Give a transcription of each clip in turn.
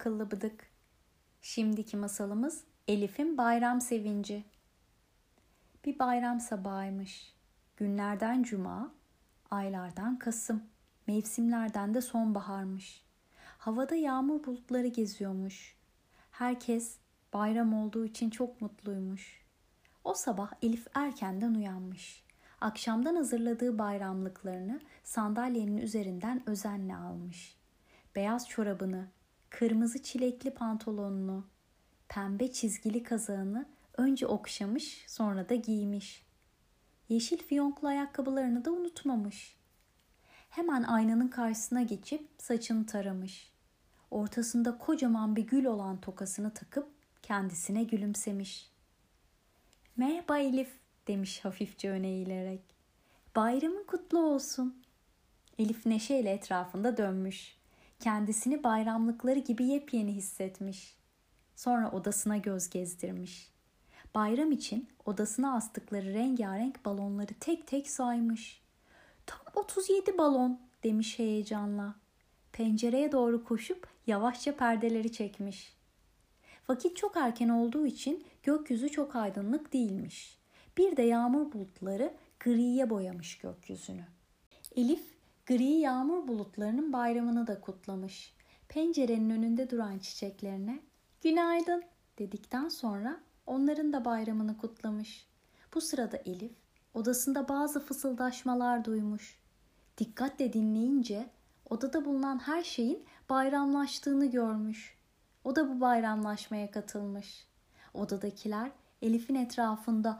akıllı bıdık. Şimdiki masalımız Elif'in bayram sevinci. Bir bayram sabahıymış. Günlerden cuma, aylardan Kasım, mevsimlerden de sonbaharmış. Havada yağmur bulutları geziyormuş. Herkes bayram olduğu için çok mutluymuş. O sabah Elif erkenden uyanmış. Akşamdan hazırladığı bayramlıklarını sandalyenin üzerinden özenle almış. Beyaz çorabını, kırmızı çilekli pantolonunu, pembe çizgili kazağını önce okşamış, sonra da giymiş. Yeşil fiyonklu ayakkabılarını da unutmamış. Hemen aynanın karşısına geçip saçını taramış. Ortasında kocaman bir gül olan tokasını takıp kendisine gülümsemiş. "Merhaba Elif," demiş hafifçe öne eğilerek. "Bayramın kutlu olsun." Elif neşeyle etrafında dönmüş. Kendisini bayramlıkları gibi yepyeni hissetmiş. Sonra odasına göz gezdirmiş. Bayram için odasına astıkları rengarenk balonları tek tek saymış. "Tam 37 balon," demiş heyecanla. Pencereye doğru koşup yavaşça perdeleri çekmiş. Vakit çok erken olduğu için gökyüzü çok aydınlık değilmiş. Bir de yağmur bulutları griye boyamış gökyüzünü. Elif gri yağmur bulutlarının bayramını da kutlamış. Pencerenin önünde duran çiçeklerine "Günaydın," dedikten sonra onların da bayramını kutlamış. Bu sırada Elif odasında bazı fısıldaşmalar duymuş. Dikkatle dinleyince odada bulunan her şeyin bayramlaştığını görmüş. O da bu bayramlaşmaya katılmış. Odadakiler Elif'in etrafında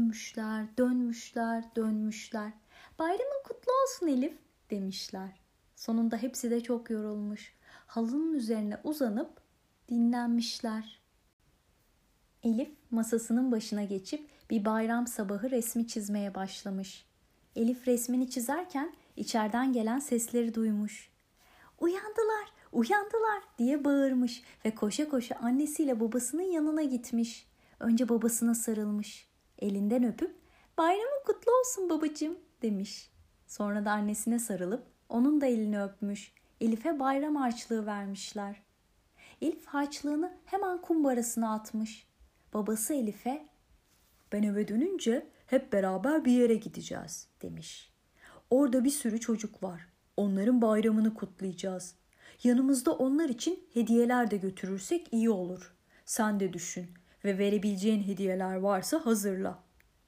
dönmüşler. "Bayramın kutlu olsun Elif," demişler. Sonunda hepsi de çok yorulmuş. Halının üzerine uzanıp dinlenmişler. Elif masasının başına geçip bir bayram sabahı resmi çizmeye başlamış. Elif resmini çizerken içeriden gelen sesleri duymuş. Uyandılar," diye bağırmış ve koşa koşa annesiyle babasının yanına gitmiş. Önce babasına sarılmış. Elinden öpüp "Bayramın kutlu olsun babacığım," demiş. Sonra da annesine sarılıp onun da elini öpmüş. Elif'e bayram harçlığı vermişler. Elif harçlığını hemen kumbarasına atmış. Babası Elif'e "Ben eve dönünce hep beraber bir yere gideceğiz," demiş. "Orada bir sürü çocuk var. Onların bayramını kutlayacağız. Yanımızda onlar için hediyeler de götürürsek iyi olur. Sen de düşün ve verebileceğin hediyeler varsa hazırla."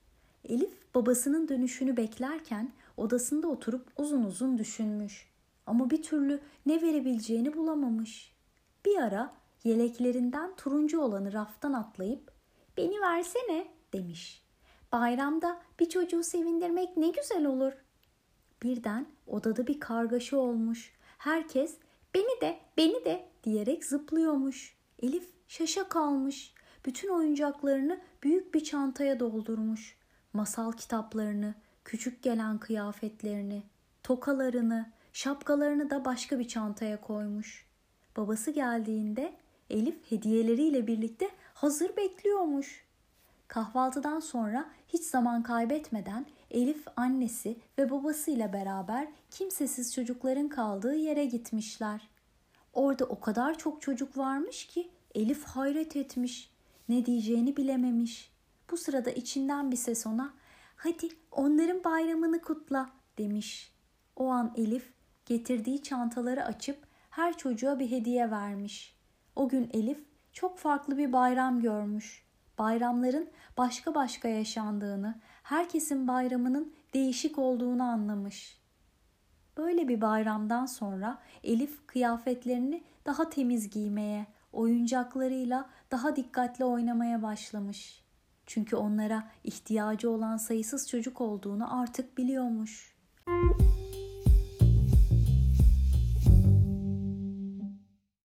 Elif babasının dönüşünü beklerken odasında oturup uzun uzun düşünmüş. Ama bir türlü ne verebileceğini bulamamış. Bir ara yeleklerinden turuncu olanı raftan atlayıp "Beni versene," demiş. "Bayramda bir çocuğu sevindirmek ne güzel olur." Birden odada bir kargaşa olmuş. Herkes beni de diyerek zıplıyormuş. Elif şaşa kalmış. Bütün oyuncaklarını büyük bir çantaya doldurmuş. Masal kitaplarını, küçük gelen kıyafetlerini, tokalarını, şapkalarını da başka bir çantaya koymuş. Babası geldiğinde Elif hediyeleriyle birlikte hazır bekliyormuş. Kahvaltıdan sonra hiç zaman kaybetmeden Elif annesi ve babasıyla beraber kimsesiz çocukların kaldığı yere gitmişler. Orada o kadar çok çocuk varmış ki Elif hayret etmiş. Ne diyeceğini bilememiş. Bu sırada içinden bir ses ona "Hadi onların bayramını kutla," demiş. O an Elif getirdiği çantaları açıp her çocuğa bir hediye vermiş. O gün Elif çok farklı bir bayram görmüş. Bayramların başka başka yaşandığını, herkesin bayramının değişik olduğunu anlamış. Böyle bir bayramdan sonra Elif kıyafetlerini daha temiz giymeye, oyuncaklarıyla daha dikkatli oynamaya başlamış. Çünkü onlara ihtiyacı olan sayısız çocuk olduğunu artık biliyormuş.